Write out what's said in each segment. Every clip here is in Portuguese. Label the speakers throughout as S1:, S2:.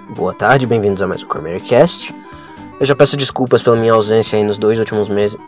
S1: Boa tarde, bem-vindos a mais um CormeriCast. Eu já peço desculpas pela minha ausência aí nos dois últimos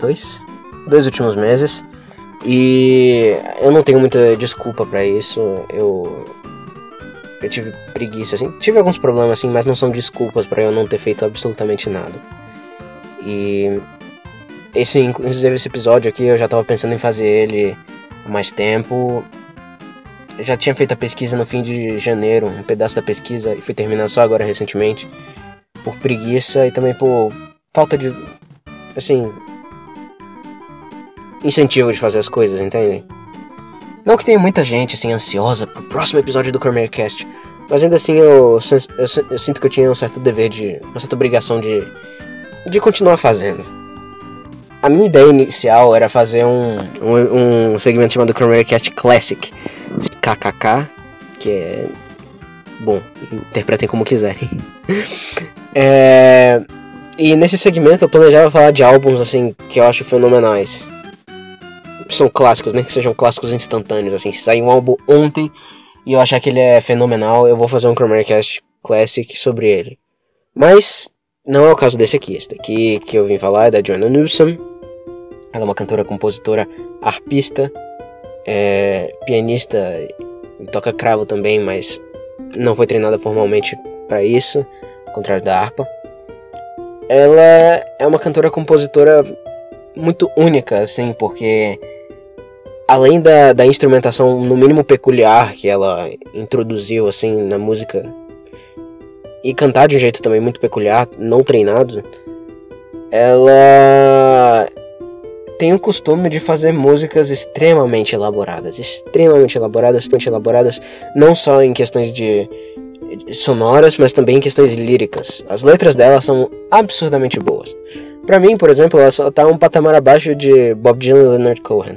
S1: meses. E eu não tenho muita desculpa pra isso. Eu tive preguiça, assim. Tive alguns problemas, assim, mas não são desculpas pra eu não ter feito absolutamente nada. E inclusive esse episódio aqui, eu já tava pensando em fazer ele há mais tempo. Eu já tinha feito a pesquisa no fim de janeiro, um pedaço da pesquisa, e fui terminar só agora recentemente. Por preguiça e também por falta de, assim, incentivo de fazer as coisas, entendem? Não que tenha muita gente, assim, ansiosa pro próximo episódio do CormeriCast, mas ainda assim eu sinto que eu tinha um certo dever uma certa obrigação de continuar fazendo. A minha ideia inicial era fazer um segmento chamado CormeriCast Classic, KKK, que é... bom, interpretem como quiserem. E nesse segmento eu planejava falar de álbuns, assim, que eu acho fenomenais. São clássicos, nem que sejam clássicos instantâneos, assim. Se sair um álbum ontem e eu achar que ele é fenomenal, eu vou fazer um CormeriCast Classic sobre ele. Mas não é o caso desse aqui. Esse daqui que eu vim falar é da Joanna Newsom. Ela é uma cantora, compositora, harpista, pianista e toca cravo também, mas não foi treinada formalmente para isso, ao contrário da harpa. Ela é uma cantora, compositora muito única, assim, porque além da instrumentação no mínimo peculiar que ela introduziu, assim, na música, e cantar de um jeito também muito peculiar, não treinado, ela tem o costume de fazer músicas extremamente elaboradas, não só em questões de sonoras, mas também em questões líricas. As letras dela são absurdamente boas. Pra mim, por exemplo, ela só tá um patamar abaixo de Bob Dylan e Leonard Cohen.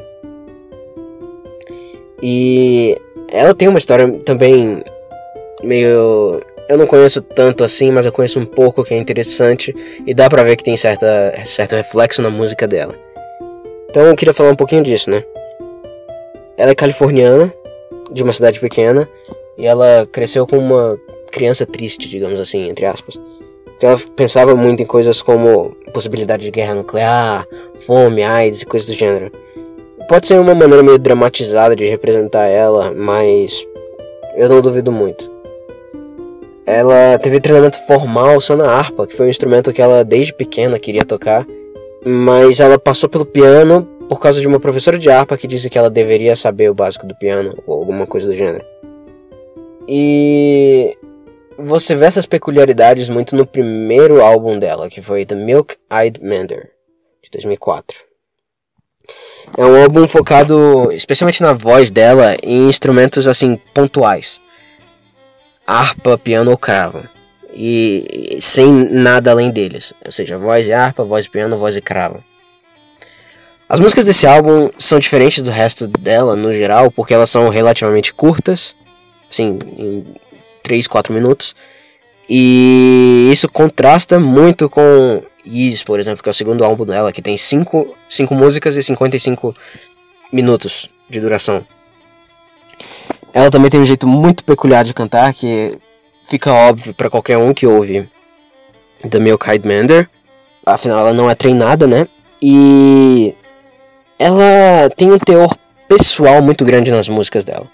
S1: E ela tem uma história também meio... eu não conheço tanto assim, mas eu conheço um pouco, que é interessante, e dá pra ver que tem certo reflexo na música dela. Então eu queria falar um pouquinho disso, né? Ela é californiana, de uma cidade pequena, e ela cresceu como uma criança triste, digamos assim, entre aspas. Ela pensava muito em coisas como possibilidade de guerra nuclear, fome, AIDS e coisas do gênero. Pode ser uma maneira meio dramatizada de representar ela, mas eu não duvido muito. Ela teve treinamento formal só na harpa, que foi um instrumento que ela desde pequena queria tocar. Mas ela passou pelo piano por causa de uma professora de harpa que disse que ela deveria saber o básico do piano, ou alguma coisa do gênero. E você vê essas peculiaridades muito no primeiro álbum dela, que foi The Milk-Eyed Mander, de 2004. É um álbum focado especialmente na voz dela e em instrumentos assim pontuais. Harpa, piano ou cravo. E sem nada além deles, ou seja, voz e harpa, voz e piano, voz e cravo. As músicas desse álbum são diferentes do resto dela no geral, porque elas são relativamente curtas, assim, em 3, 4 minutos, e isso contrasta muito com Yeez, por exemplo, que é o segundo álbum dela, que tem 5 músicas e 55 minutos de duração. Ela também tem um jeito muito peculiar de cantar, que fica óbvio pra qualquer um que ouve The Milk-Eyed Mander. Afinal, ela não é treinada, né? E ela tem um teor pessoal muito grande nas músicas dela.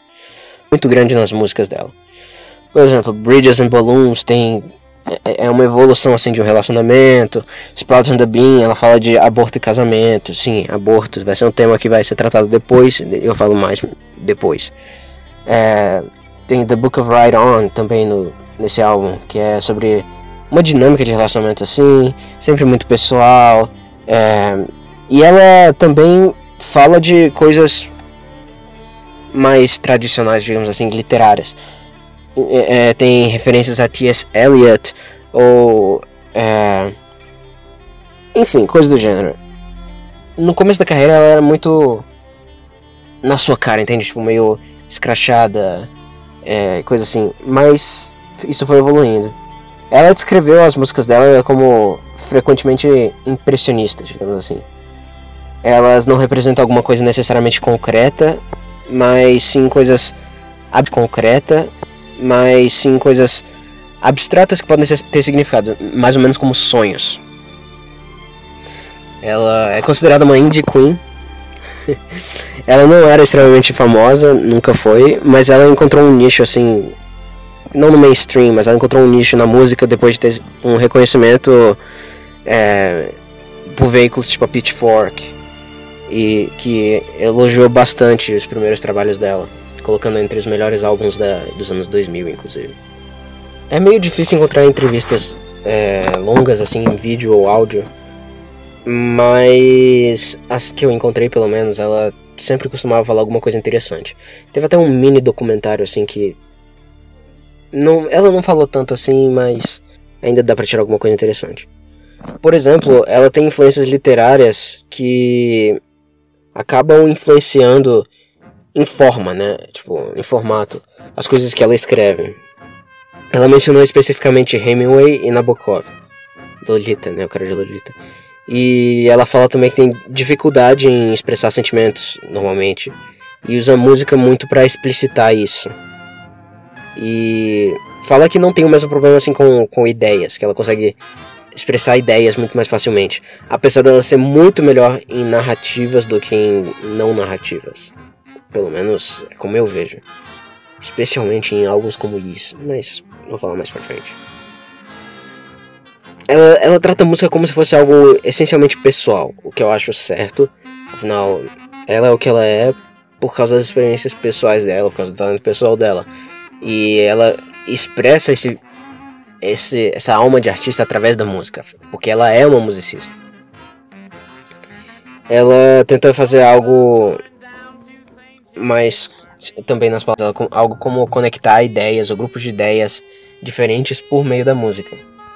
S1: Por exemplo, Bridges and Balloons é uma evolução assim de um relacionamento. Sprouts and the Bean, ela fala de aborto e casamento. Sim, aborto vai ser um tema que vai ser tratado depois. Eu falo mais depois. Tem The Book of Ride On também nesse álbum, que é sobre uma dinâmica de relacionamento assim, sempre muito pessoal. E ela também fala de coisas mais tradicionais, digamos assim, literárias. Tem referências a T.S. Eliot, ou... enfim, coisas do gênero. No começo da carreira ela era muito na sua cara, entende? Tipo, meio escrachada, coisa assim, mas isso foi evoluindo. Ela descreveu as músicas dela como frequentemente impressionistas, digamos assim. Elas não representam alguma coisa necessariamente concreta, mas sim coisas abstratas que podem ter significado, mais ou menos como sonhos. Ela é considerada uma indie queen. Ela não era extremamente famosa, nunca foi, mas ela encontrou um nicho assim, não no mainstream, mas ela encontrou um nicho na música depois de ter um reconhecimento por veículos tipo a Pitchfork, e que elogiou bastante os primeiros trabalhos dela, colocando entre os melhores álbuns dos anos 2000, inclusive. É meio difícil encontrar entrevistas longas assim em vídeo ou áudio, mas as que eu encontrei, pelo menos, ela sempre costumava falar alguma coisa interessante. Teve até um mini documentário assim que ela não falou tanto assim, mas ainda dá pra tirar alguma coisa interessante. Por exemplo, ela tem influências literárias que acabam influenciando em forma, né? Tipo, em formato, as coisas que ela escreve. Ela mencionou especificamente Hemingway e Nabokov. Lolita, né? O cara de Lolita. E ela fala também que tem dificuldade em expressar sentimentos, normalmente. E usa música muito pra explicitar isso. E fala que não tem o mesmo problema assim com ideias, que ela consegue expressar ideias muito mais facilmente, apesar dela ser muito melhor em narrativas do que em não narrativas. Pelo menos é como eu vejo. Especialmente em álbuns como isso, mas vou falar mais pra frente. Ela trata a música como se fosse algo essencialmente pessoal, o que eu acho certo. Afinal, ela é o que ela é por causa das experiências pessoais dela, por causa do talento pessoal dela. E ela expressa essa alma de artista através da música, porque ela é uma musicista. Ela tenta fazer algo mais, também nas palavras dela, algo como conectar ideias ou grupos de ideias diferentes por meio da música.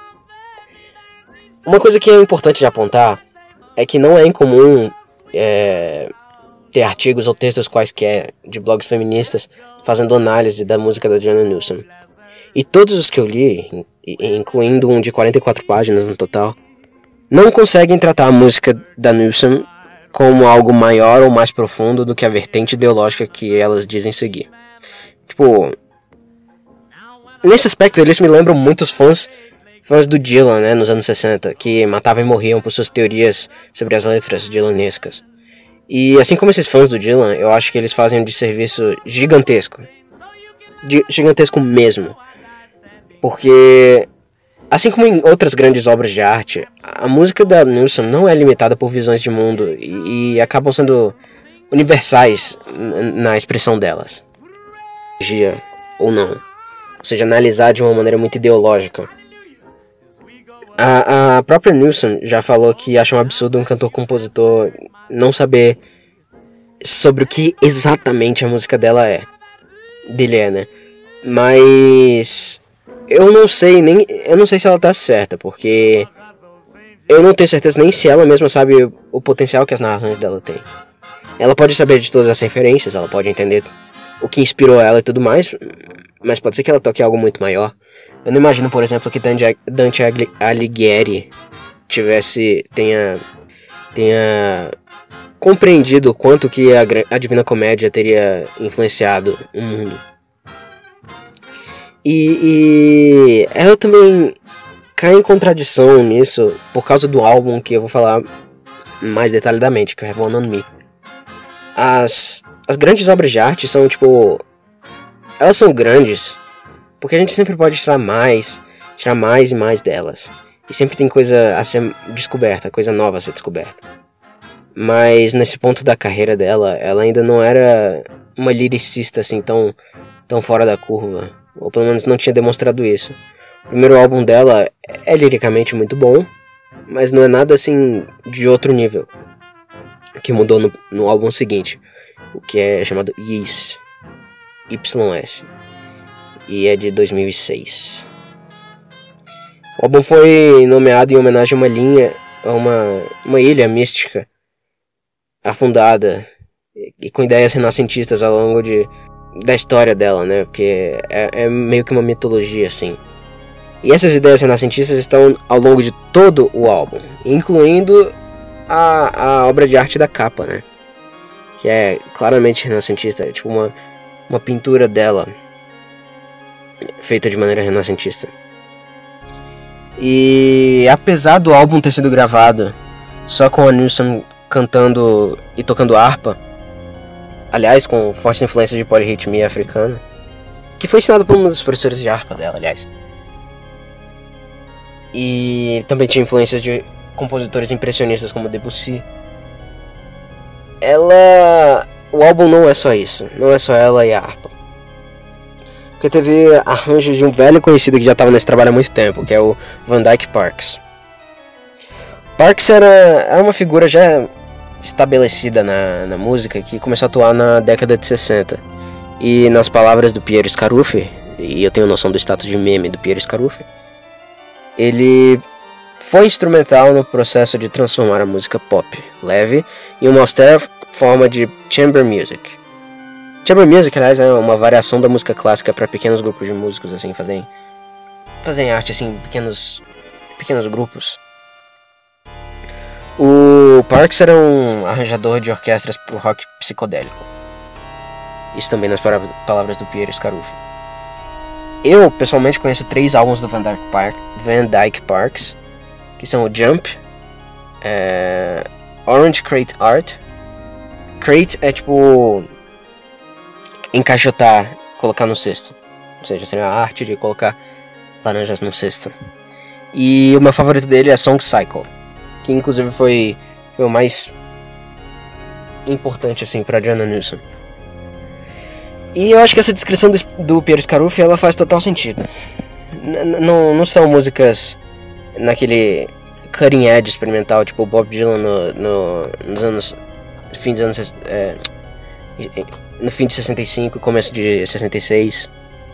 S1: Uma coisa que é importante de apontar é que não é incomum ter artigos ou textos quaisquer de blogs feministas fazendo análise da música da Joanna Newsom. E todos os que eu li, incluindo um de 44 páginas no total, não conseguem tratar a música da Newsom como algo maior ou mais profundo do que a vertente ideológica que elas dizem seguir. Tipo, nesse aspecto eles me lembram muitos fãs do Dylan, né, nos anos 60, que matavam e morriam por suas teorias sobre as letras dylanescas. E assim como esses fãs do Dylan, eu acho que eles fazem um desserviço gigantesco. Gigantesco mesmo. Porque, assim como em outras grandes obras de arte, a música da Newsom não é limitada por visões de mundo e acabam sendo universais na expressão delas. Ou não. Ou seja, analisar de uma maneira muito ideológica. A própria Newsom já falou que acha um absurdo um cantor-compositor não saber sobre o que exatamente a música dele é, né? Mas eu não sei se ela tá certa, porque eu não tenho certeza nem se ela mesma sabe o potencial que as narrações dela têm. Ela pode saber de todas as referências, ela pode entender o que inspirou ela e tudo mais, mas pode ser que ela toque algo muito maior. Eu não imagino, por exemplo, que Dante Alighieri tenha compreendido o quanto que a Divina Comédia teria influenciado o mundo. E ela também cai em contradição nisso por causa do álbum que eu vou falar mais detalhadamente, que é Heaven on Me. As grandes obras de arte são tipo... elas são grandes porque a gente sempre pode tirar mais e mais delas. E sempre tem coisa a ser descoberta, coisa nova a ser descoberta. Mas nesse ponto da carreira dela, ela ainda não era uma lyricista assim tão fora da curva. Ou pelo menos não tinha demonstrado isso. O primeiro álbum dela é liricamente muito bom, mas não é nada assim de outro nível. Que mudou no álbum seguinte, o que é chamado YES. YS. E é de 2006. O álbum foi nomeado em homenagem a uma ilha mística afundada e com ideias renascentistas ao longo da história dela, né? Porque é meio que uma mitologia, assim. E essas ideias renascentistas estão ao longo de todo o álbum, incluindo a obra de arte da capa, né? Que é claramente renascentista, é tipo uma pintura dela feita de maneira renascentista. E apesar do álbum ter sido gravado só com a Newsom cantando e tocando harpa, aliás, com forte influência de polirritmia africana, que foi ensinado por um dos professores de harpa dela, aliás. E também tinha influências de compositores impressionistas como Debussy. O álbum não é só isso, não é só ela e a harpa. Porque teve arranjos de um velho conhecido que já estava nesse trabalho há muito tempo, que é o Van Dyke Parks. Parks era uma figura já estabelecida na música, que começou a atuar na década de 60. E nas palavras do Piero Scaruffi, e eu tenho noção do status de meme do Piero Scaruffi, ele foi instrumental no processo de transformar a música pop leve em uma austera forma de chamber music. Chamber music, aliás, é uma variação da música clássica para pequenos grupos de músicos, assim, fazem arte, assim, pequenos grupos. O Parks era um arranjador de orquestras pro rock psicodélico. Isso também nas palavras do Piero Scaruffi. Eu, pessoalmente, conheço 3 álbuns do Van Dyke Parks, que são o Jump, Orange Crate Art. Crate é tipo encaixotar, colocar no cesto. Ou seja, seria a arte de colocar laranjas no cesto. E o meu favorito dele é Song Cycle, que inclusive foi o mais importante assim para Joanna Newsom. E eu acho que essa descrição do Piero Scaruffi, ela faz total sentido. Não são músicas naquele cutting edge experimental, tipo o Bob Dylan nos anos fim dos anos no fim de 65 e começo de 66.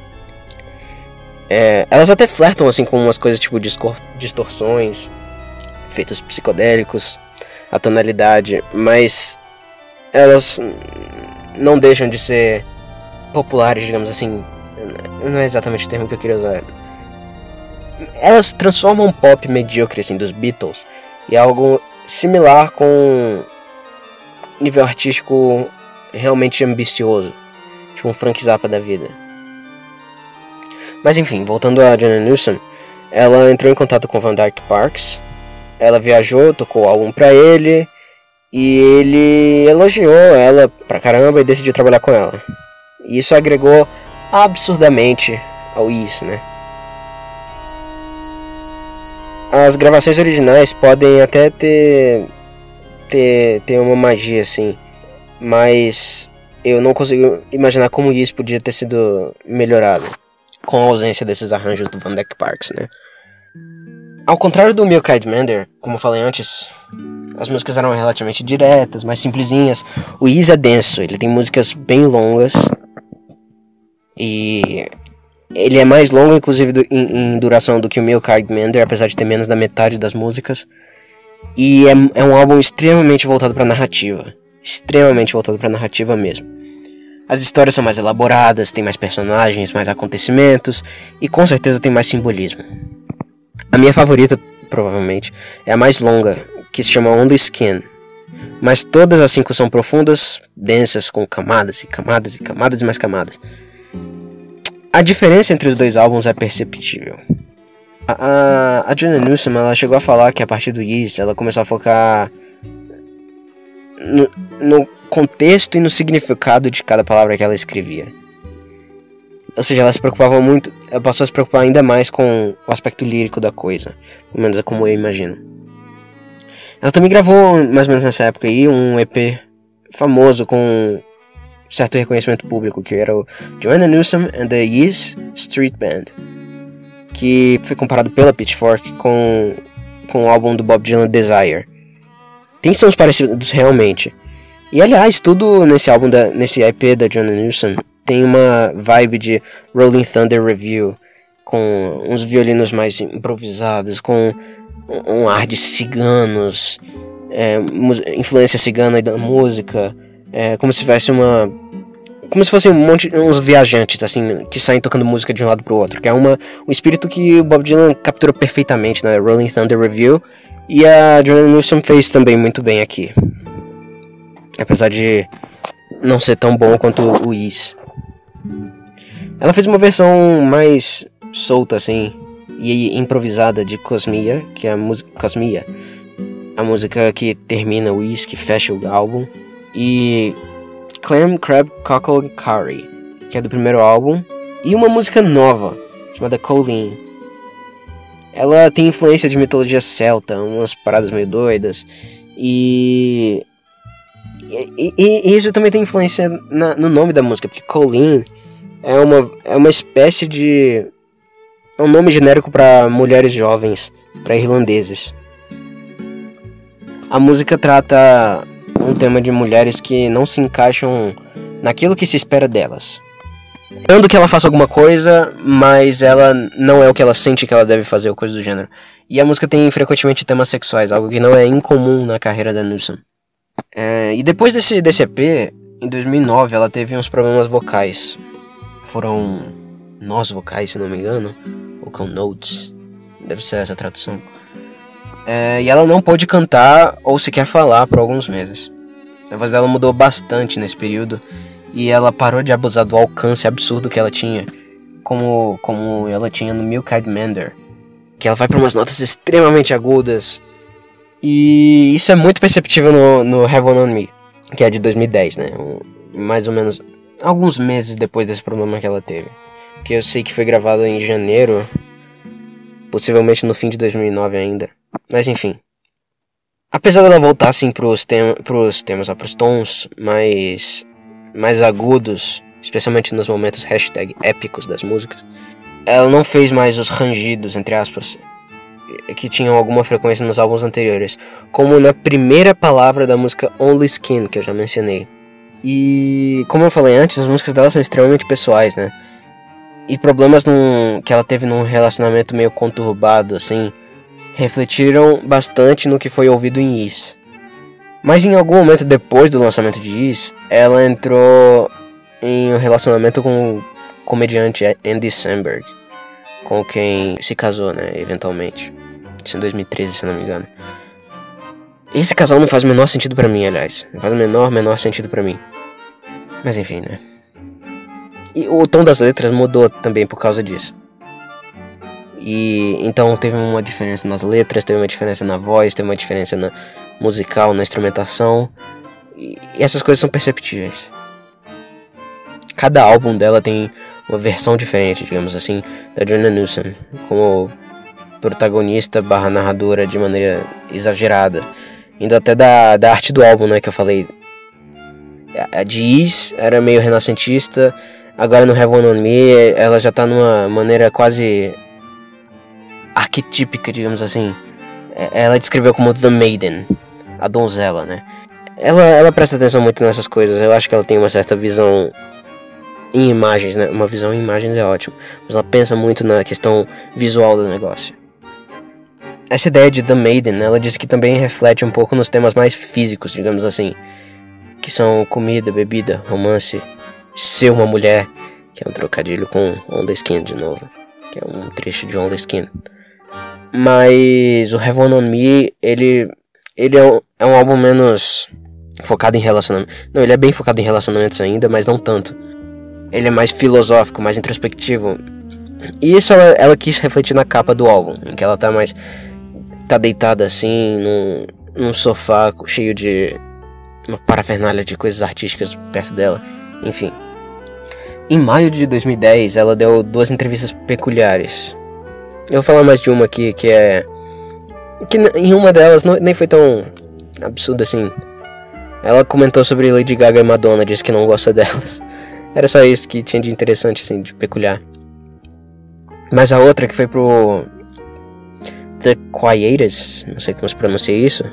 S1: Elas até flertam assim com umas coisas tipo distorções, efeitos psicodélicos, a tonalidade, mas elas não deixam de ser populares, digamos assim. Não é exatamente o termo que eu queria usar. Elas transformam um pop medíocre assim dos Beatles em algo similar, com nível artístico realmente ambicioso, tipo um Frank Zappa da vida. Mas enfim, voltando a Joanna Newsom, ela entrou em contato com Van Dyke Parks, ela viajou, tocou o álbum pra ele, e ele elogiou ela pra caramba e decidiu trabalhar com ela. E isso agregou absurdamente ao isso, né? As gravações originais podem até ter uma magia assim, mas eu não consigo imaginar como isso podia ter sido melhorado com a ausência desses arranjos do Van Dyke Parks, né? Ao contrário do Milk Eyed Mander, como eu falei antes, as músicas eram relativamente diretas, mais simplesinhas. O Easy é denso, ele tem músicas bem longas e ele é mais longo, inclusive, em duração do que o Milk Eyed Mander, apesar de ter menos da metade das músicas. E é um álbum extremamente voltado pra narrativa. Extremamente voltado pra narrativa mesmo. As histórias são mais elaboradas, tem mais personagens, mais acontecimentos e com certeza tem mais simbolismo. A minha favorita, provavelmente, é a mais longa, que se chama Only Skin. Mas todas as 5 são profundas, densas, com camadas e camadas e camadas e mais camadas. A diferença entre os 2 álbuns é perceptível. A Joanna Newsom, ela chegou a falar que a partir do Yeast ela começou a focar no contexto e no significado de cada palavra que ela escrevia. Ou seja, ela passou a se preocupar ainda mais com o aspecto lírico da coisa, pelo menos é como eu imagino. Ela também gravou, mais ou menos nessa época aí, um EP famoso com certo reconhecimento público, que era o Joanna Newsom and the Yeast Street Band, que foi comparado pela Pitchfork com o álbum do Bob Dylan Desire. Tem sons parecidos realmente. E aliás, tudo nesse álbum, nesse EP da Joanna Newsom, tem uma vibe de Rolling Thunder Revue, com uns violinos mais improvisados, com um ar de ciganos, influência cigana da música, como se fosse uns viajantes assim que saem tocando música de um lado pro outro, que é um espírito que o Bob Dylan capturou perfeitamente na Rolling Thunder Revue, e a Joanna Newsom fez também muito bem aqui, apesar de não ser tão bom quanto o Is. Ela fez uma versão mais solta assim, e improvisada de Cosmia, que é a música Cosmia, a música que termina o Is, que fecha o álbum, e Clam, Crab, Cockle Curry, que é do primeiro álbum, e uma música nova chamada Colleen. Ela tem influência de mitologia celta, umas paradas meio doidas, e isso também tem influência no nome da música, porque Colleen é uma espécie de... é um nome genérico para mulheres jovens, para irlandeses. A música trata um tema de mulheres que não se encaixam naquilo que se espera delas. Tanto que ela faça alguma coisa, mas ela não é o que ela sente que ela deve fazer, ou coisa do gênero. E a música tem frequentemente temas sexuais, algo que não é incomum na carreira da Newsom. E depois desse EP, em 2009, ela teve uns problemas vocais. Foram nós vocais, se não me engano, vocal notes, deve ser essa a tradução. E ela não pôde cantar ou sequer falar por alguns meses. A voz dela mudou bastante nesse período e ela parou de abusar do alcance absurdo que ela tinha, como ela tinha no Milk-Eyed Mander, que ela vai para umas notas extremamente agudas. E isso é muito perceptível no Heaven on Me, que é de 2010, né? Mais ou menos alguns meses depois desse problema que ela teve. Que eu sei que foi gravado em janeiro, possivelmente no fim de 2009 ainda. Mas enfim. Apesar dela voltar assim pros tons mais agudos, especialmente nos momentos #épicos das músicas, ela não fez mais os rangidos, entre aspas, que tinham alguma frequência nos álbuns anteriores, como na primeira palavra da música Only Skin, que eu já mencionei. E como eu falei antes, as músicas dela são extremamente pessoais, né? E problemas que ela teve num relacionamento meio conturbado, assim, refletiram bastante no que foi ouvido em Is. Mas em algum momento depois do lançamento de Is, ela entrou em um relacionamento com o comediante Andy Samberg, com quem se casou, né, eventualmente. Isso em 2013, se não me engano. Esse casal não faz o menor sentido pra mim, aliás. Não faz o menor sentido pra mim. Mas enfim, né. E o tom das letras mudou também por causa disso. E então teve uma diferença nas letras, teve uma diferença na voz, teve uma diferença na musical, na instrumentação. E essas coisas são perceptíveis. Cada álbum dela tem uma versão diferente, digamos assim, da Joanna Newsom, como protagonista / narradora de maneira exagerada. Indo até da arte do álbum, né, que eu falei. A de Is era meio renascentista, agora no Heaven on Me ela já tá numa maneira quase arquetípica, digamos assim. Ela descreveu como The Maiden, a donzela, né. Ela presta atenção muito nessas coisas, eu acho que ela tem uma certa visão em imagens, né? Uma visão em imagens é ótimo, mas ela pensa muito na questão visual do negócio. Essa ideia de The Maiden, né, ela diz que também reflete um pouco nos temas mais físicos, digamos assim, que são comida, bebida, romance, ser uma mulher, que é um trocadilho com On The Skin de novo, que é um trecho de On The Skin. Mas o Heaven on Me, ele é um álbum menos focado em relacionamento. Não, ele é bem focado em relacionamentos ainda, mas não tanto. Ele é mais filosófico, mais introspectivo. E isso ela quis refletir na capa do álbum, em que ela tá deitada assim, num sofá cheio de uma parafernália de coisas artísticas perto dela. Enfim. Em maio de 2010, ela deu 2 entrevistas peculiares. Eu vou falar mais de uma aqui, que em uma delas nem foi tão absurda assim. Ela comentou sobre Lady Gaga e Madonna, disse que não gosta delas. Era só isso que tinha de interessante, assim, de peculiar. Mas a outra, que foi pro The Quietus, não sei como se pronuncia isso,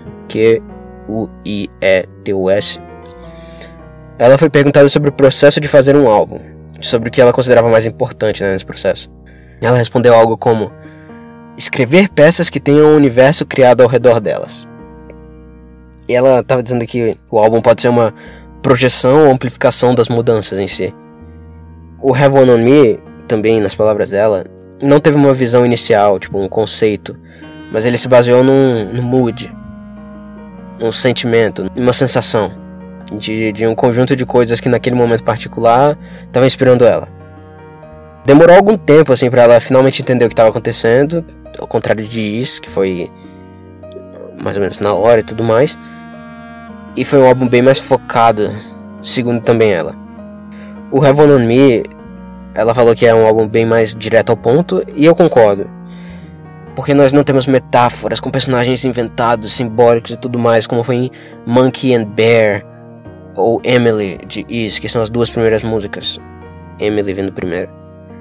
S1: Quietus. Ela foi perguntada sobre o processo de fazer um álbum, sobre o que ela considerava mais importante, né, nesse processo. Ela respondeu algo como: escrever peças que tenham um universo criado ao redor delas. E ela estava dizendo que o álbum pode ser uma projeção ou amplificação das mudanças em si. O Heaven on Me, também nas palavras dela, não teve uma visão inicial, tipo um conceito, mas ele se baseou num mood, num sentimento, numa sensação de um conjunto de coisas que naquele momento particular estava inspirando ela. demorou algum tempo, assim, pra ela finalmente entender o que estava acontecendo, ao contrário de Is, que foi mais ou menos na hora e tudo mais. E foi um álbum bem mais focado, segundo também ela. O Heaven on Me, ela falou que é um álbum bem mais direto ao ponto, e eu concordo. Porque nós não temos metáforas com personagens inventados, simbólicos e tudo mais, como foi em Monkey and Bear ou Emily de Is, que são as duas primeiras músicas. Emily vindo primeiro.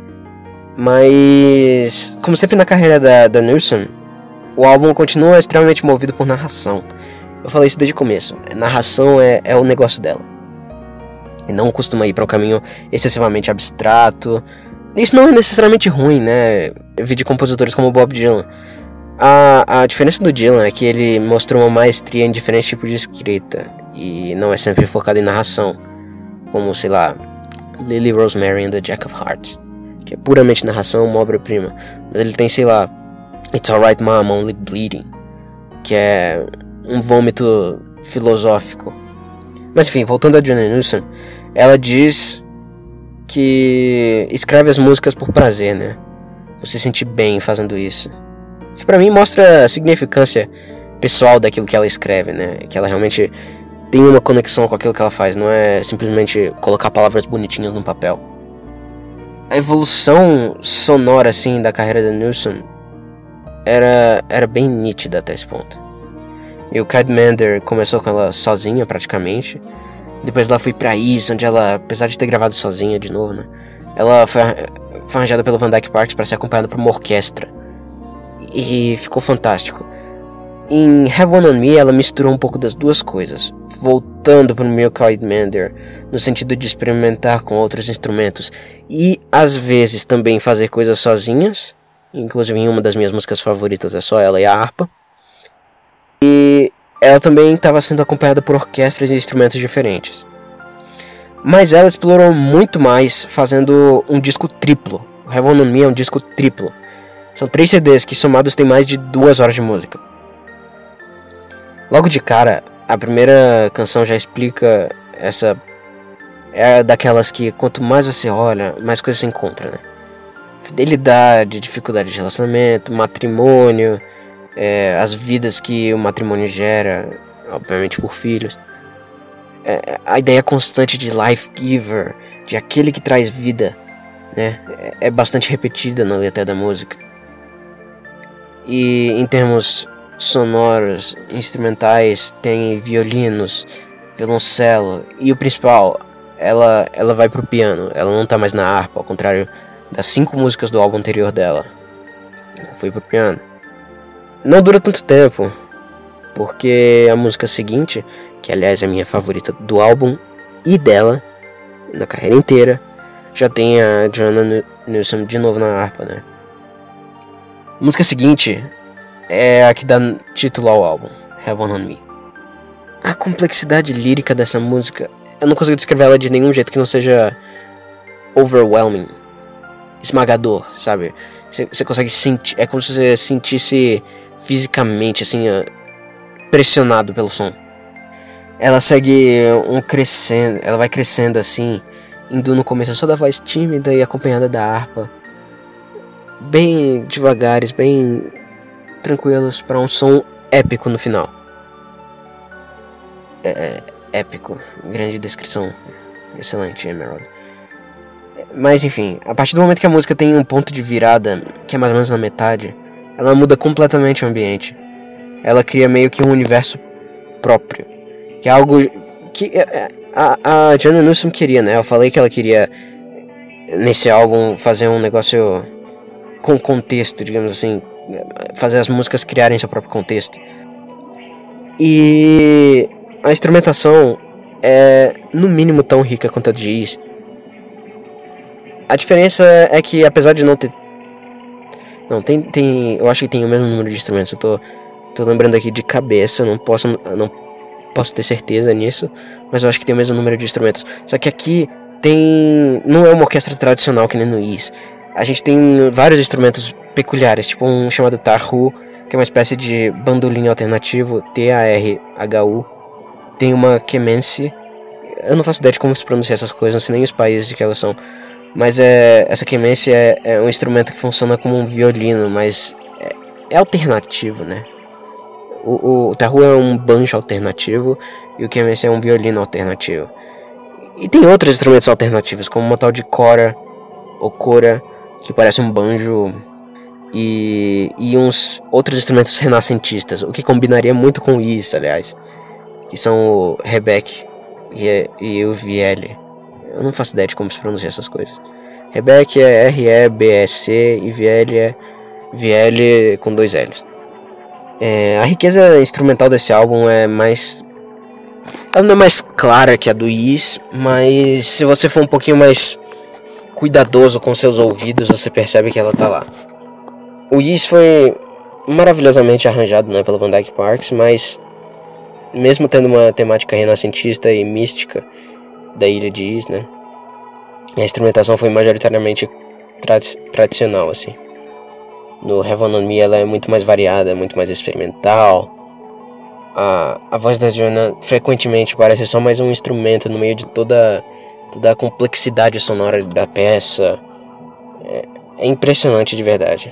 S1: Mas, como sempre na carreira da Newsom, o álbum continua extremamente movido por narração. Eu falei isso desde o começo. Narração é o negócio dela. E não costuma ir para um caminho excessivamente abstrato. Isso não é necessariamente ruim, né? Eu vi de compositores como Bob Dylan. A diferença do Dylan é que ele mostrou uma maestria em diferentes tipos de escrita. E não é sempre focado em narração. Como, sei lá, Lily Rosemary and the Jack of Hearts, que é puramente narração, uma obra-prima. Mas ele tem, sei lá, It's Alright Mom, Only Bleeding, que é um vômito filosófico. Mas enfim, voltando a Johnny Newsom, ela diz que escreve as músicas por prazer, né? Por se sentir bem fazendo isso. Que pra mim mostra a significância pessoal daquilo que ela escreve, né? Que ela realmente tem uma conexão com aquilo que ela faz, não é simplesmente colocar palavras bonitinhas no papel. A evolução sonora, assim, da carreira da Newsom era bem nítida até esse ponto. E o Cadmander começou com ela sozinha, praticamente. Depois ela foi pra Is, onde ela, apesar de ter gravado sozinha de novo, né? Ela foi arranjada pelo Van Dyke Parks para ser acompanhada por uma orquestra. E ficou fantástico. Em Heaven on Me, ela misturou um pouco das duas coisas, voltando pro Milk Cadmander, no sentido de experimentar com outros instrumentos e às vezes também fazer coisas sozinhas. Inclusive em uma das minhas músicas favoritas é só ela e a harpa. E ela também estava sendo acompanhada por orquestras e instrumentos diferentes. Mas ela explorou muito mais fazendo um disco triplo. O Heaven on Me é um disco triplo. São 3 CDs que somados têm mais de 2 horas de música. Logo de cara, a primeira canção já explica essa... É daquelas que quanto mais você olha, mais coisas você encontra, né? Fidelidade, dificuldade de relacionamento, matrimônio, as vidas que o matrimônio gera, obviamente por filhos. A ideia constante de life giver, de aquele que traz vida, né? É bastante repetida na letra da música. E em termos sonoros, instrumentais, tem violinos, violoncelo e o principal, ela vai pro piano, ela não tá mais na harpa, ao contrário das 5 músicas do álbum anterior dela. Ela foi pro piano. Não dura tanto tempo, porque a música seguinte, que aliás é a minha favorita do álbum e dela, na carreira inteira, já tem a Joanna Newsom de novo na harpa, né? A música seguinte é a que dá título ao álbum, Heaven on Me. A complexidade lírica dessa música, eu não consigo descrever ela de nenhum jeito que não seja overwhelming, esmagador, sabe? Você consegue sentir, é como se você sentisse fisicamente, assim, pressionado pelo som. Ela segue crescendo, ela vai crescendo assim, indo no começo só da voz tímida e acompanhada da harpa, bem devagares, bem tranquilos, para um som épico no final. Épico, grande descrição, excelente, Emerald. Mas enfim, a partir do momento que a música tem um ponto de virada, que é mais ou menos na metade, ela muda completamente o ambiente. Ela cria meio que um universo próprio, que é algo que a Joanna Newsom queria, né? Eu falei que ela queria nesse álbum fazer um negócio com contexto, digamos assim, fazer as músicas criarem seu próprio contexto. E a instrumentação é no mínimo tão rica quanto a de Is. A diferença é que apesar de não ter... Não, tem... Eu acho que tem o mesmo número de instrumentos. Eu tô lembrando aqui de cabeça, não posso ter certeza nisso, mas eu acho que tem o mesmo número de instrumentos. Só que aqui tem... Não é uma orquestra tradicional que nem no Is. A gente tem vários instrumentos peculiares, tipo um chamado tarhu, que é uma espécie de bandolim alternativo, T-A-R-H-U. Tem uma kemense. Eu não faço ideia de como se pronuncia essas coisas, não sei nem os países de que elas são. Mas essa quemência é um instrumento que funciona como um violino, mas é alternativo, né? O tahu é um banjo alternativo e o quemência é um violino alternativo. E tem outros instrumentos alternativos, como uma tal de kora, ou kora, que parece um banjo, e uns outros instrumentos renascentistas, o que combinaria muito com isso, aliás, que são o rebec e o vielle. Eu não faço ideia de como se pronuncia essas coisas. Rebec é R-E-B-E-C e vielle é vielle com 2 L's. A riqueza instrumental desse álbum é mais... Ela não é mais clara que a do Yes, mas se você for um pouquinho mais cuidadoso com seus ouvidos, você percebe que ela tá lá. O Yes foi maravilhosamente arranjado, né, pela Van Dyke Parks, mas mesmo tendo uma temática renascentista e mística da ilha de Yes, né, a instrumentação foi majoritariamente tradicional, assim. No Heaven on Me ela é muito mais variada, muito mais experimental. A voz da Joanna frequentemente parece só mais um instrumento no meio de toda a complexidade sonora da peça. É impressionante de verdade.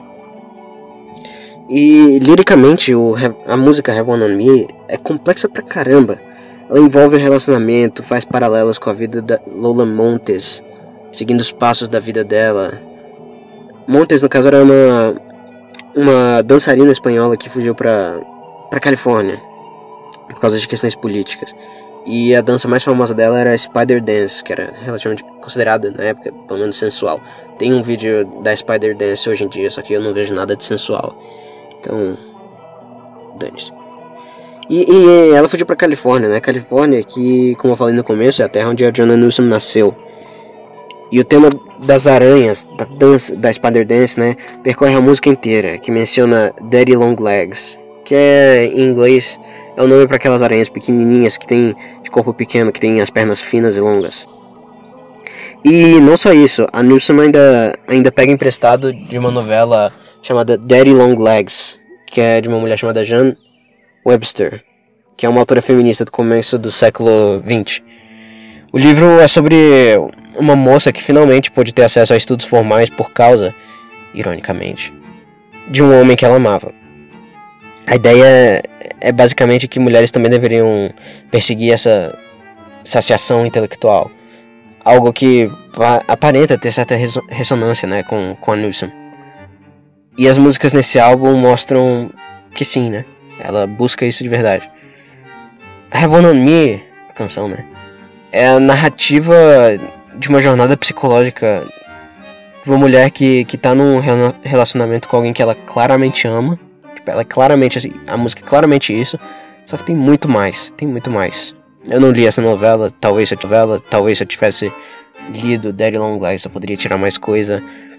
S1: E liricamente a música Heaven on Me é complexa pra caramba. Ela envolve relacionamento, faz paralelos com a vida da Lola Montes, seguindo os passos da vida dela. Montes, no caso, era uma dançarina espanhola que fugiu pra Califórnia por causa de questões políticas. E a dança mais famosa dela era a Spider Dance, que era relativamente considerada, na época, pelo menos sensual. Tem um vídeo da Spider Dance hoje em dia, só que eu não vejo nada de sensual. Então, dane-se. E ela fugiu pra Califórnia, né? Califórnia, que, como eu falei no começo, é a terra onde a Joanna Newsom nasceu. E o tema das aranhas, da dança, da Spider Dance, né, percorre a música inteira, que menciona Daddy Long Legs, que em inglês é o nome para aquelas aranhas pequenininhas que tem de corpo pequeno, que tem as pernas finas e longas. E não só isso, a Newsom ainda pega emprestado de uma novela chamada Daddy Long Legs, que é de uma mulher chamada Jean Webster, que é uma autora feminista do começo do século XX. O livro é sobre uma moça que finalmente pôde ter acesso a estudos formais por causa, ironicamente, de um homem que ela amava. A ideia é basicamente que mulheres também deveriam perseguir essa saciação intelectual, algo que aparenta ter certa ressonância, né, com a Newsom. E as músicas nesse álbum mostram que sim, né, ela busca isso de verdade. Heaven on Me, a canção, né, é a narrativa de uma jornada psicológica de uma mulher que tá num relacionamento com alguém que ela claramente ama. Tipo, ela é claramente assim, a música é claramente isso, só que tem muito mais. Eu não li essa novela, talvez se eu tivesse lido Daddy Long Legs eu poderia tirar mais coisa.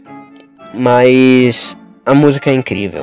S1: Mas a música é incrível.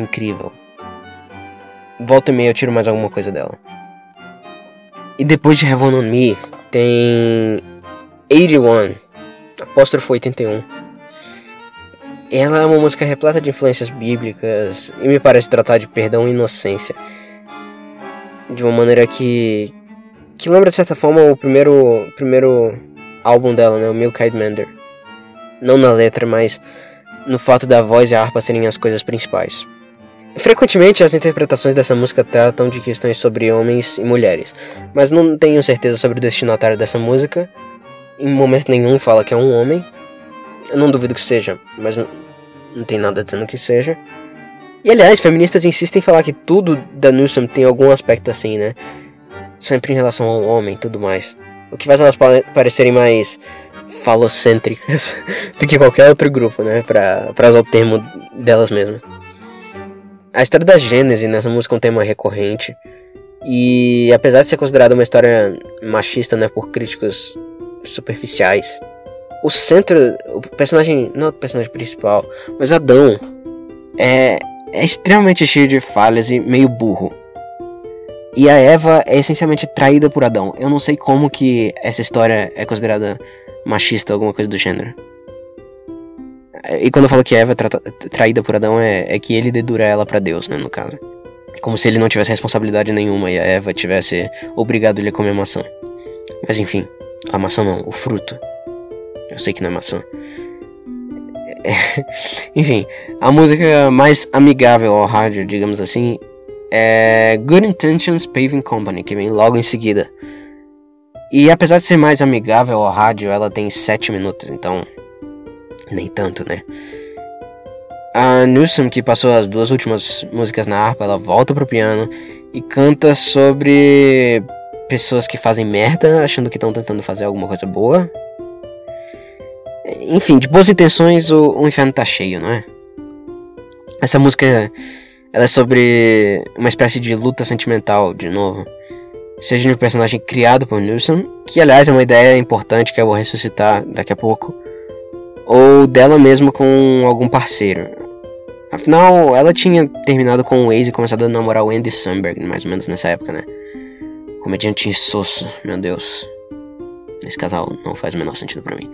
S1: Volta e meia eu tiro mais alguma coisa dela. E depois de Heaven on Me tem 81, apóstrofo 81. Ela é uma música repleta de influências bíblicas e me parece tratar de perdão e inocência de uma maneira que lembra de certa forma o primeiro álbum dela, né, o Milk-Eyed Mander. Não na letra, mas no fato da voz e a harpa serem as coisas principais. Frequentemente as interpretações dessa música tratam de questões sobre homens e mulheres, mas não tenho certeza sobre o destinatário dessa música. Em momento nenhum fala que é um homem. Eu não duvido que seja, mas não tem nada dizendo que seja. E aliás, feministas insistem em falar que tudo da Newsom tem algum aspecto assim, né? Sempre em relação ao homem e tudo mais. O que faz elas parecerem mais falocêntricas do que qualquer outro grupo, né? Pra usar o termo delas mesmas. A história da Gênese nessa música é um tema recorrente. E apesar de ser considerada uma história machista, né, por críticos superficiais, o personagem, não o personagem principal, mas Adão, é extremamente cheio de falhas e meio burro. E a Eva é essencialmente traída por Adão. Eu não sei como que essa história é considerada machista ou alguma coisa do gênero. E quando eu falo que Eva é traída por Adão, é que ele dedura ela pra Deus, né, no caso. Como se ele não tivesse responsabilidade nenhuma e a Eva tivesse obrigado ele a comer maçã. Mas enfim, a maçã não, o fruto. Eu sei que não é maçã. Enfim, a música mais amigável ao rádio, digamos assim, é Good Intentions Paving Company, que vem logo em seguida. E apesar de ser mais amigável ao rádio, ela tem 7 minutos, então nem tanto, né? A Newsom, que passou as 2 últimas músicas na harpa, ela volta pro piano e canta sobre pessoas que fazem merda, achando que estão tentando fazer alguma coisa boa. Enfim, de boas intenções o inferno tá cheio, não é? Essa música, ela é sobre uma espécie de luta sentimental, de novo. Seja de um personagem criado por Newsom, que aliás é uma ideia importante que eu vou ressuscitar daqui a pouco, ou dela mesma com algum parceiro. Afinal, ela tinha terminado com o ex e começado a namorar o Andy Samberg, mais ou menos nessa época, né? Comediante insosso, meu Deus. Esse casal não faz o menor sentido pra mim.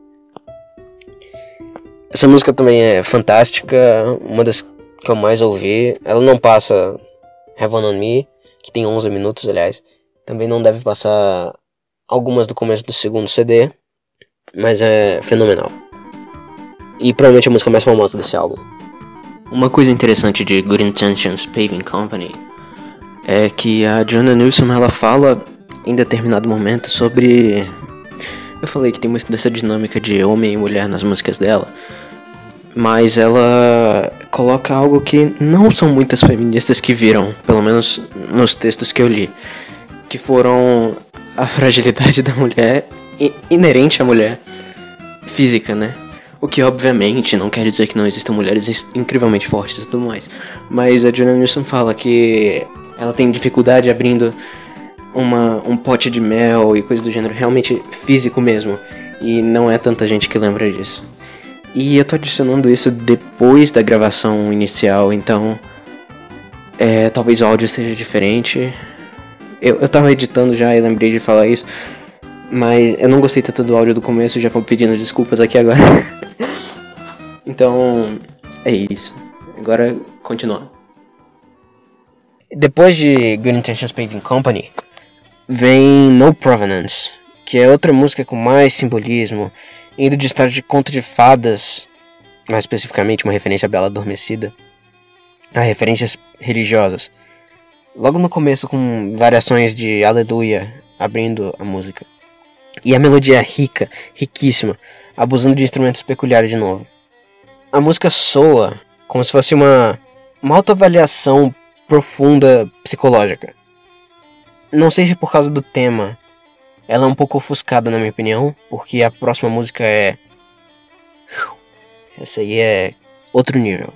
S1: Essa música também é fantástica, uma das que eu mais ouvi. Ela não passa Heaven on Me, que tem 11 minutos, aliás. Também não deve passar algumas do começo do segundo CD, mas é fenomenal. E provavelmente a música mais famosa desse álbum. Uma coisa interessante de Good Intentions Paving Company é que a Joanna Newsom, ela fala em determinado momento sobre... Eu falei que tem muito dessa dinâmica de homem e mulher nas músicas dela, mas ela coloca algo que não são muitas feministas que viram, pelo menos nos textos que eu li, que foram a fragilidade da mulher, inerente à mulher, física, né? O que obviamente não quer dizer que não existam mulheres incrivelmente fortes e tudo mais. Mas a Joanna Newsom fala que ela tem dificuldade abrindo um pote de mel e coisa do gênero, realmente físico mesmo. E não é tanta gente que lembra disso. E eu tô adicionando isso depois da gravação inicial, então talvez o áudio seja diferente. Eu tava editando já e lembrei de falar isso, mas eu não gostei tanto do áudio do começo, já vou pedindo desculpas aqui agora. Então, é isso. Agora, continua. Depois de Good Intentions Paving Company, vem No Provenance, que é outra música com mais simbolismo, indo de história de conto de fadas, mais especificamente uma referência à Bela Adormecida, a referências religiosas. Logo no começo, com variações de Aleluia abrindo a música. E a melodia é rica, riquíssima, abusando de instrumentos peculiares de novo. A música soa como se fosse uma autoavaliação profunda psicológica. Não sei se por causa do tema, ela é um pouco ofuscada na minha opinião, porque a próxima música é... Essa aí é outro nível.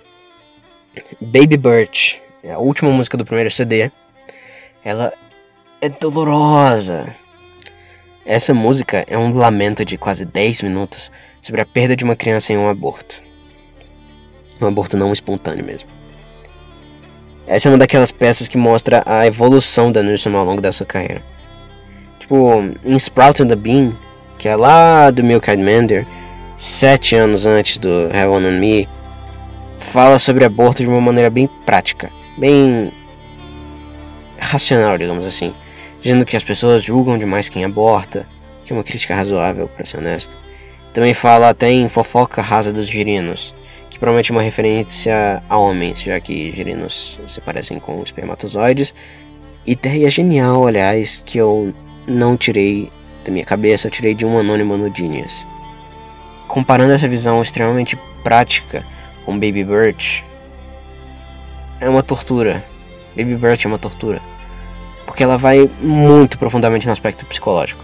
S1: Baby Birch é a última música do primeiro CD. Ela é dolorosa. Essa música é um lamento de quase 10 minutos sobre a perda de uma criança em um aborto. Um aborto não espontâneo mesmo. Essa é uma daquelas peças que mostra a evolução da Newsom ao longo da sua carreira. Tipo, em Sprout and the Bean, que é lá do Milk Eyed Mander, 7 anos antes do Heaven on Me, fala sobre aborto de uma maneira bem prática, bem racional, digamos assim, dizendo que as pessoas julgam demais quem aborta, que é uma crítica razoável, pra ser honesto. Também fala até em Fofoca Rasa dos Girinos, que promete uma referência a homens, já que girinos se parecem com espermatozoides. Ideia genial, aliás, que eu não tirei da minha cabeça, eu tirei de um anônimo no Genius. Comparando essa visão extremamente prática com Baby Birch, é uma tortura. Baby Birch é uma tortura, porque ela vai muito profundamente no aspecto psicológico.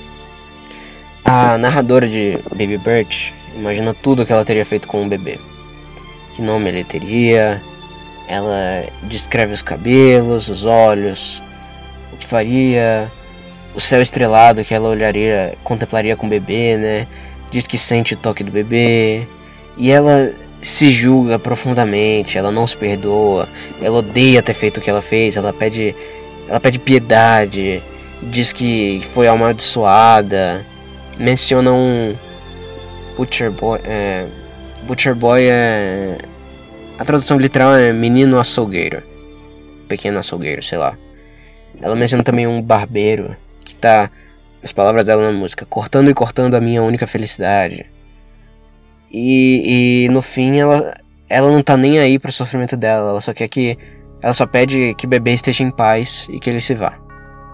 S1: A narradora de Baby Birch imagina tudo o que ela teria feito com um bebê. Que nome ele teria, ela descreve os cabelos, os olhos, o que faria, o céu estrelado que ela olharia, contemplaria com o bebê, né? Diz que sente o toque do bebê, e ela se julga profundamente, ela não se perdoa, ela odeia ter feito o que ela fez, ela pede piedade, diz que foi amaldiçoada, menciona um Butcher Boy, Butcher Boy é... A tradução literal é menino açougueiro, pequeno açougueiro, sei lá. Ela menciona também um barbeiro, que tá, as palavras dela na música, cortando e cortando a minha única felicidade. E no fim ela não tá nem aí pro sofrimento dela. Ela só pede que o bebê esteja em paz e que ele se vá.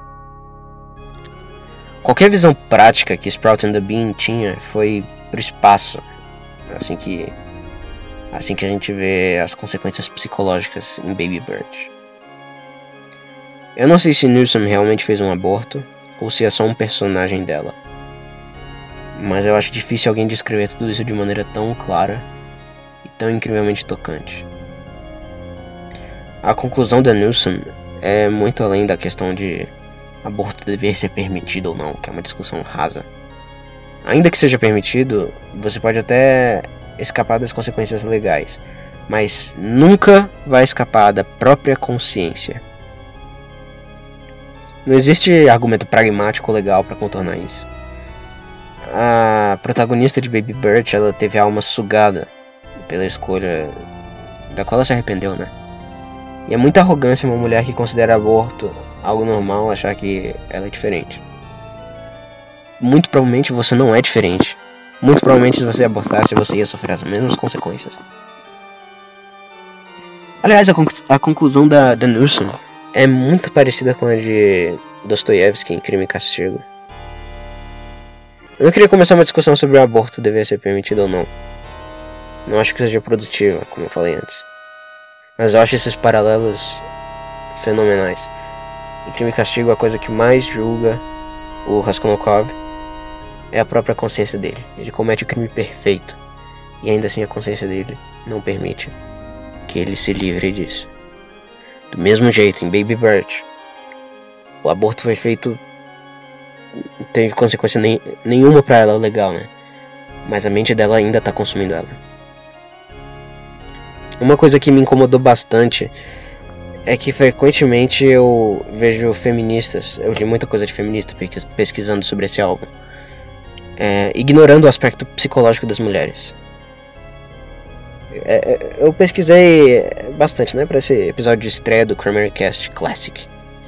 S1: Qualquer visão prática que Sprout and the Bean tinha foi pro espaço. Assim que a gente vê as consequências psicológicas em Baby Bird. Eu não sei se Newsom realmente fez um aborto ou se é só um personagem dela. Mas eu acho difícil alguém descrever tudo isso de maneira tão clara e tão incrivelmente tocante. A conclusão da Newsom é muito além da questão de aborto dever ser permitido ou não, que é uma discussão rasa. Ainda que seja permitido, você pode até escapar das consequências legais, mas nunca vai escapar da própria consciência. Não existe argumento pragmático legal para contornar isso. A protagonista de Baby Bird, ela teve a alma sugada pela escolha da qual ela se arrependeu, né? E é muita arrogância uma mulher que considera aborto algo normal achar que ela é diferente. Muito provavelmente você não é diferente. Muito provavelmente se você abortasse você ia sofrer as mesmas consequências. Aliás, a conclusão da Newsom é muito parecida com a de Dostoiévski em Crime e Castigo. Eu não queria começar uma discussão sobre o aborto dever ser permitido ou não. Não acho que seja produtiva, como eu falei antes. Mas eu acho esses paralelos fenomenais. Em Crime e Castigo, a coisa que mais julga o Raskolnikov é a própria consciência dele. Ele comete o crime perfeito. E ainda assim a consciência dele não permite que ele se livre disso. Do mesmo jeito, em Baby Bird, o aborto foi feito, não teve consequência nenhuma pra ela legal, né? Mas a mente dela ainda tá consumindo ela. Uma coisa que me incomodou bastante é que frequentemente eu vejo feministas, eu li muita coisa de feminista pesquisando sobre esse álbum, ignorando o aspecto psicológico das mulheres. Eu pesquisei bastante, né, pra esse episódio de estreia do Kramercast Classic.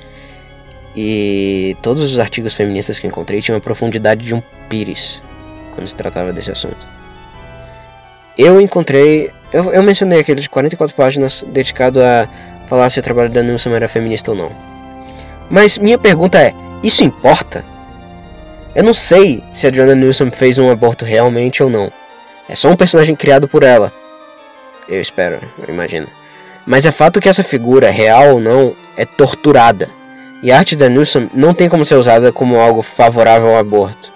S1: E todos os artigos feministas que encontrei tinham a profundidade de um pires quando se tratava desse assunto. Eu mencionei aquele de 44 páginas dedicado a falar se o trabalho da Newsom era feminista ou não. Mas minha pergunta é, isso importa? Eu não sei se a Joanna Newsom fez um aborto realmente ou não. É só um personagem criado por ela. Eu espero, eu imagino. Mas é fato que essa figura, real ou não, é torturada. E a arte da Newsom não tem como ser usada como algo favorável ao aborto.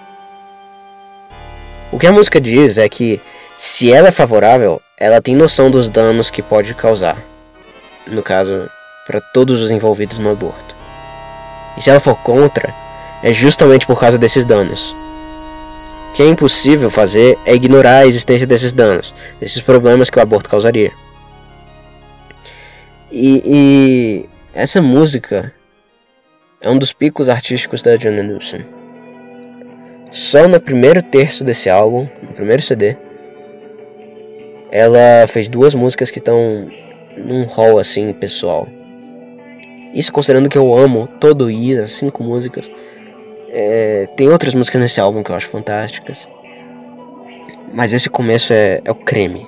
S1: O que a música diz é que, se ela é favorável, ela tem noção dos danos que pode causar. No caso, para todos os envolvidos no aborto. E se ela for contra, é justamente por causa desses danos. O que é impossível fazer é ignorar a existência desses danos, desses problemas que o aborto causaria. E essa música é um dos picos artísticos da Joanna Newsom. Só no primeiro terço desse álbum, no primeiro CD, ela fez 2 músicas que estão num hall assim pessoal. Isso considerando que eu amo todo o as 5 músicas. Tem outras músicas nesse álbum que eu acho fantásticas. Mas esse começo é o creme.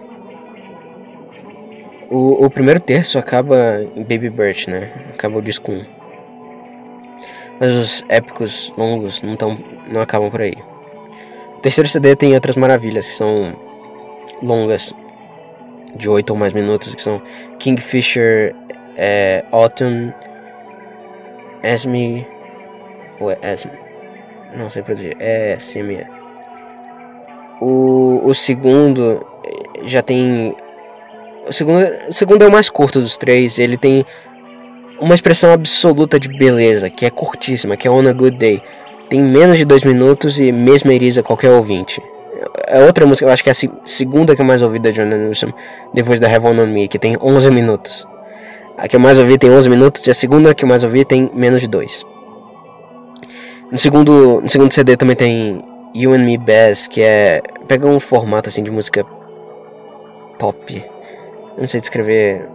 S1: O primeiro terço acaba em Baby Bird, né? Acaba o disco 1. Mas os épicos longos não acabam por aí. O terceiro CD tem outras maravilhas que são longas, de 8 ou mais minutos, que são Kingfisher, Autumn, Esme, ou Esme, não sei produzir, SME. O segundo já tem... O segundo é o mais curto dos 3, ele tem uma expressão absoluta de beleza, que é curtíssima, que é On a Good Day. Tem menos de 2 minutos e mesmeriza qualquer ouvinte. A outra música, eu acho que é a segunda que eu mais ouvi da Joanna Newsom, depois da Heaven on Me, que tem 11 minutos. A que eu mais ouvi tem 11 minutos e a segunda que eu mais ouvi tem menos de 2. No segundo CD também tem You and Me Bass, que pega um formato assim de música pop. Eu não sei descrever.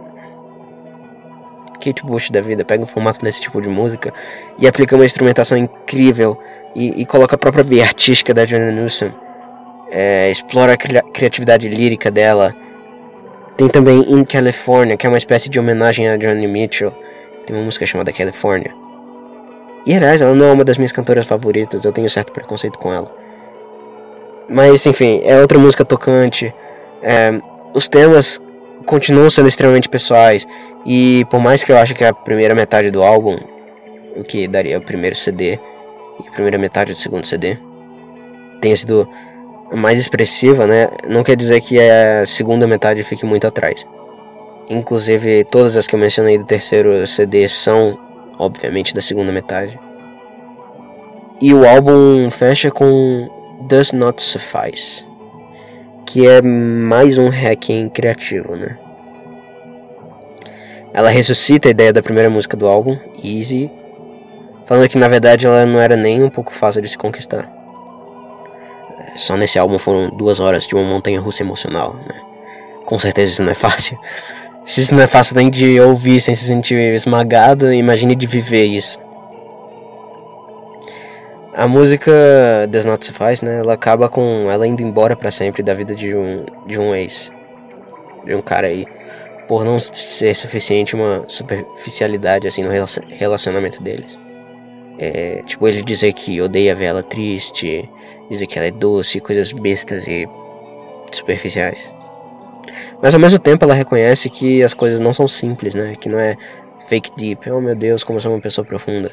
S1: Kate Bush da vida, pega um formato desse tipo de música e aplica uma instrumentação incrível e coloca a própria veia artística da Joanna Newsom explora a criatividade lírica dela. Tem também In California, que é uma espécie de homenagem a Joni Mitchell. Tem uma música chamada California. E aliás, ela não é uma das minhas cantoras favoritas, eu tenho certo preconceito com ela. Mas enfim, é outra música tocante. Os temas continuam sendo extremamente pessoais. E por mais que eu ache que a primeira metade do álbum, o que daria o primeiro CD e a primeira metade do segundo CD, tenha sido a mais expressiva, né? Não quer dizer que a segunda metade fique muito atrás. Inclusive, todas as que eu mencionei do terceiro CD são, obviamente, da segunda metade. E o álbum fecha com Does Not Suffice, que é mais um hacking criativo, né? Ela ressuscita a ideia da primeira música do álbum, Easy, falando que na verdade ela não era nem um pouco fácil de se conquistar. Só nesse álbum foram 2 horas de uma montanha-russa emocional, né? Com certeza isso não é fácil. Se isso não é fácil nem de ouvir sem se sentir esmagado, imagine de viver isso. A música Does Not Suffice, né? Ela acaba com ela indo embora pra sempre da vida de um ex. De um cara aí. Por não ser suficiente uma superficialidade assim no relacionamento deles. Tipo ele dizer que odeia ver ela triste, dizer que ela é doce, coisas bestas e superficiais. Mas ao mesmo tempo ela reconhece que as coisas não são simples, né? Que não é fake deep. Oh meu Deus, como eu sou uma pessoa profunda.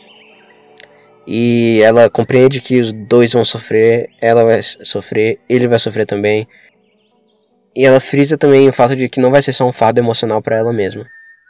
S1: E ela compreende que os dois vão sofrer, ela vai sofrer, ele vai sofrer também. E ela frisa também o fato de que não vai ser só um fardo emocional para ela mesma.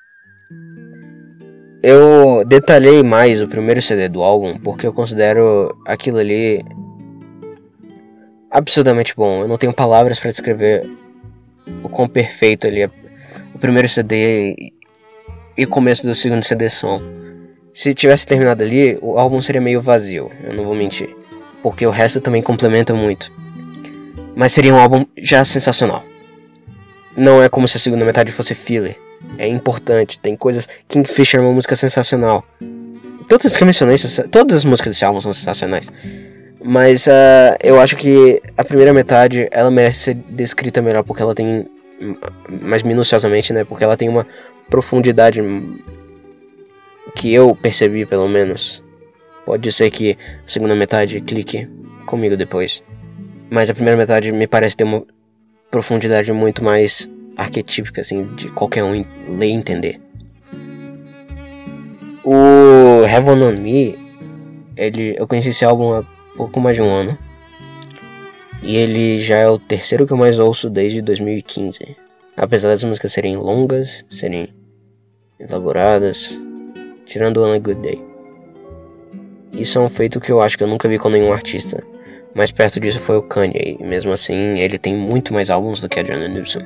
S1: Eu detalhei mais o primeiro CD do álbum porque eu considero aquilo ali absurdamente bom. Eu não tenho palavras para descrever o quão perfeito ali é o primeiro CD e o começo do segundo CD som. Se tivesse terminado ali, o álbum seria meio vazio, eu não vou mentir, porque o resto também complementa muito. Mas seria um álbum já sensacional. Não é como se a segunda metade fosse filler. É importante, tem coisas... Kingfisher é uma música sensacional. Todas as que eu mencionei, todas as músicas desse álbum são sensacionais. Mas eu acho que a primeira metade, ela merece ser descrita melhor, porque ela tem... mais minuciosamente, né? Porque ela tem uma profundidade... que eu percebi, pelo menos. Pode ser que a segunda metade clique comigo depois. Mas a primeira metade me parece ter uma profundidade muito mais arquetípica, assim, de qualquer um ler e entender. O Heaven on Me, eu conheci esse álbum há pouco mais de um ano. E ele já é o terceiro que eu mais ouço desde 2015. Apesar das músicas serem longas, serem elaboradas, tirando On a Good Day. Isso é um feito que eu acho que eu nunca vi com nenhum artista. Mais perto disso foi o Kanye, e mesmo assim ele tem muito mais álbuns do que a Johnny Newsom.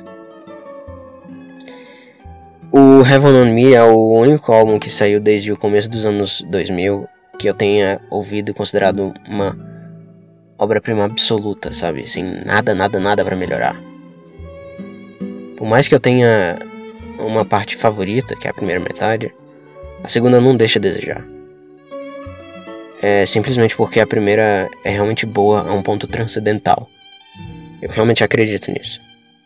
S1: O Heaven on Me é o único álbum que saiu desde o começo dos anos 2000 que eu tenha ouvido e considerado uma obra-prima absoluta, sabe? Sem nada pra melhorar. Por mais que eu tenha uma parte favorita, que é a primeira metade, a segunda não deixa a desejar. É simplesmente porque a primeira é realmente boa a um ponto transcendental. Eu realmente acredito nisso.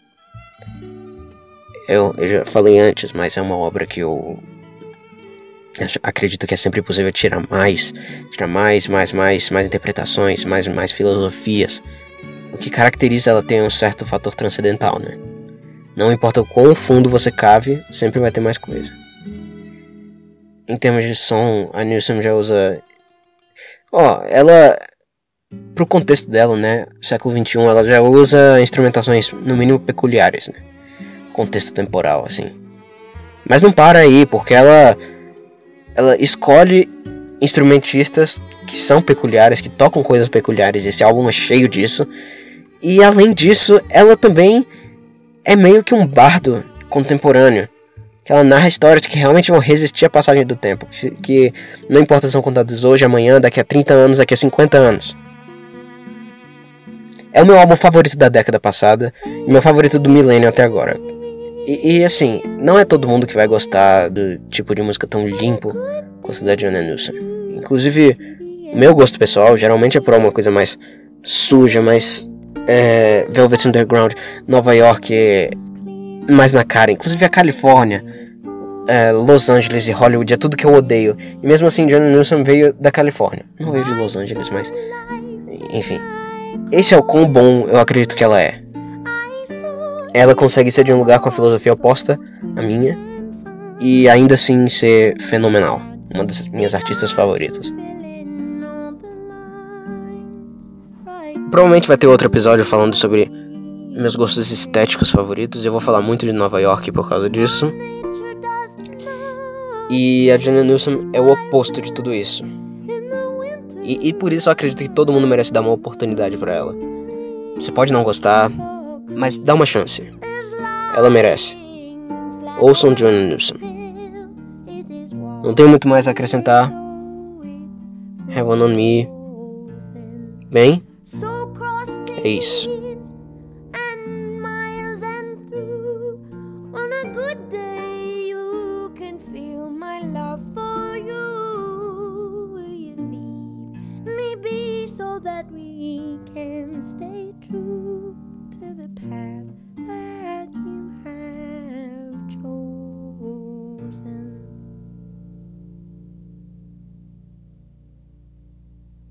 S1: Eu já falei antes, mas é uma obra que eu acredito que é sempre possível tirar mais interpretações, mais filosofias. O que caracteriza ela tem um certo fator transcendental, né? Não importa o quão fundo você cave, sempre vai ter mais coisa. Em termos de som, a Newsom já usa... ela... Pro contexto dela, né? Século XXI, ela já usa instrumentações, no mínimo, peculiares, né? Contexto temporal, assim. Mas não para aí, porque ela escolhe instrumentistas que são peculiares, que tocam coisas peculiares. Esse álbum é cheio disso. E além disso, ela também é meio que um bardo contemporâneo. Que ela narra histórias que realmente vão resistir à passagem do tempo. Que não importa se são contadas hoje, amanhã, daqui a 30 anos, daqui a 50 anos. É o meu álbum favorito da década passada e meu favorito do milênio até agora. E assim, não é todo mundo que vai gostar do tipo de música tão limpo quanto da Johnny Newsom. Inclusive, o meu gosto pessoal geralmente é por uma coisa mais suja, mais Velvet Underground, Nova York mais na cara. Inclusive a Califórnia, Los Angeles e Hollywood é tudo que eu odeio. E mesmo assim, Johnny Newsom veio da Califórnia. Não veio de Los Angeles, mas... enfim. Esse é o quão bom eu acredito que ela é. Ela consegue ser de um lugar com a filosofia oposta à minha e ainda assim ser fenomenal. Uma das minhas artistas favoritas. Provavelmente vai ter outro episódio falando sobre meus gostos estéticos favoritos. Eu vou falar muito de Nova York por causa disso. E a Johnny Newsom é o oposto de tudo isso. E por isso eu acredito que todo mundo merece dar uma oportunidade pra ela. Você pode não gostar, mas dá uma chance. Ela merece. Ouçam Johnny Newsom. Não tenho muito mais a acrescentar. Have One On Me. Bem, é isso.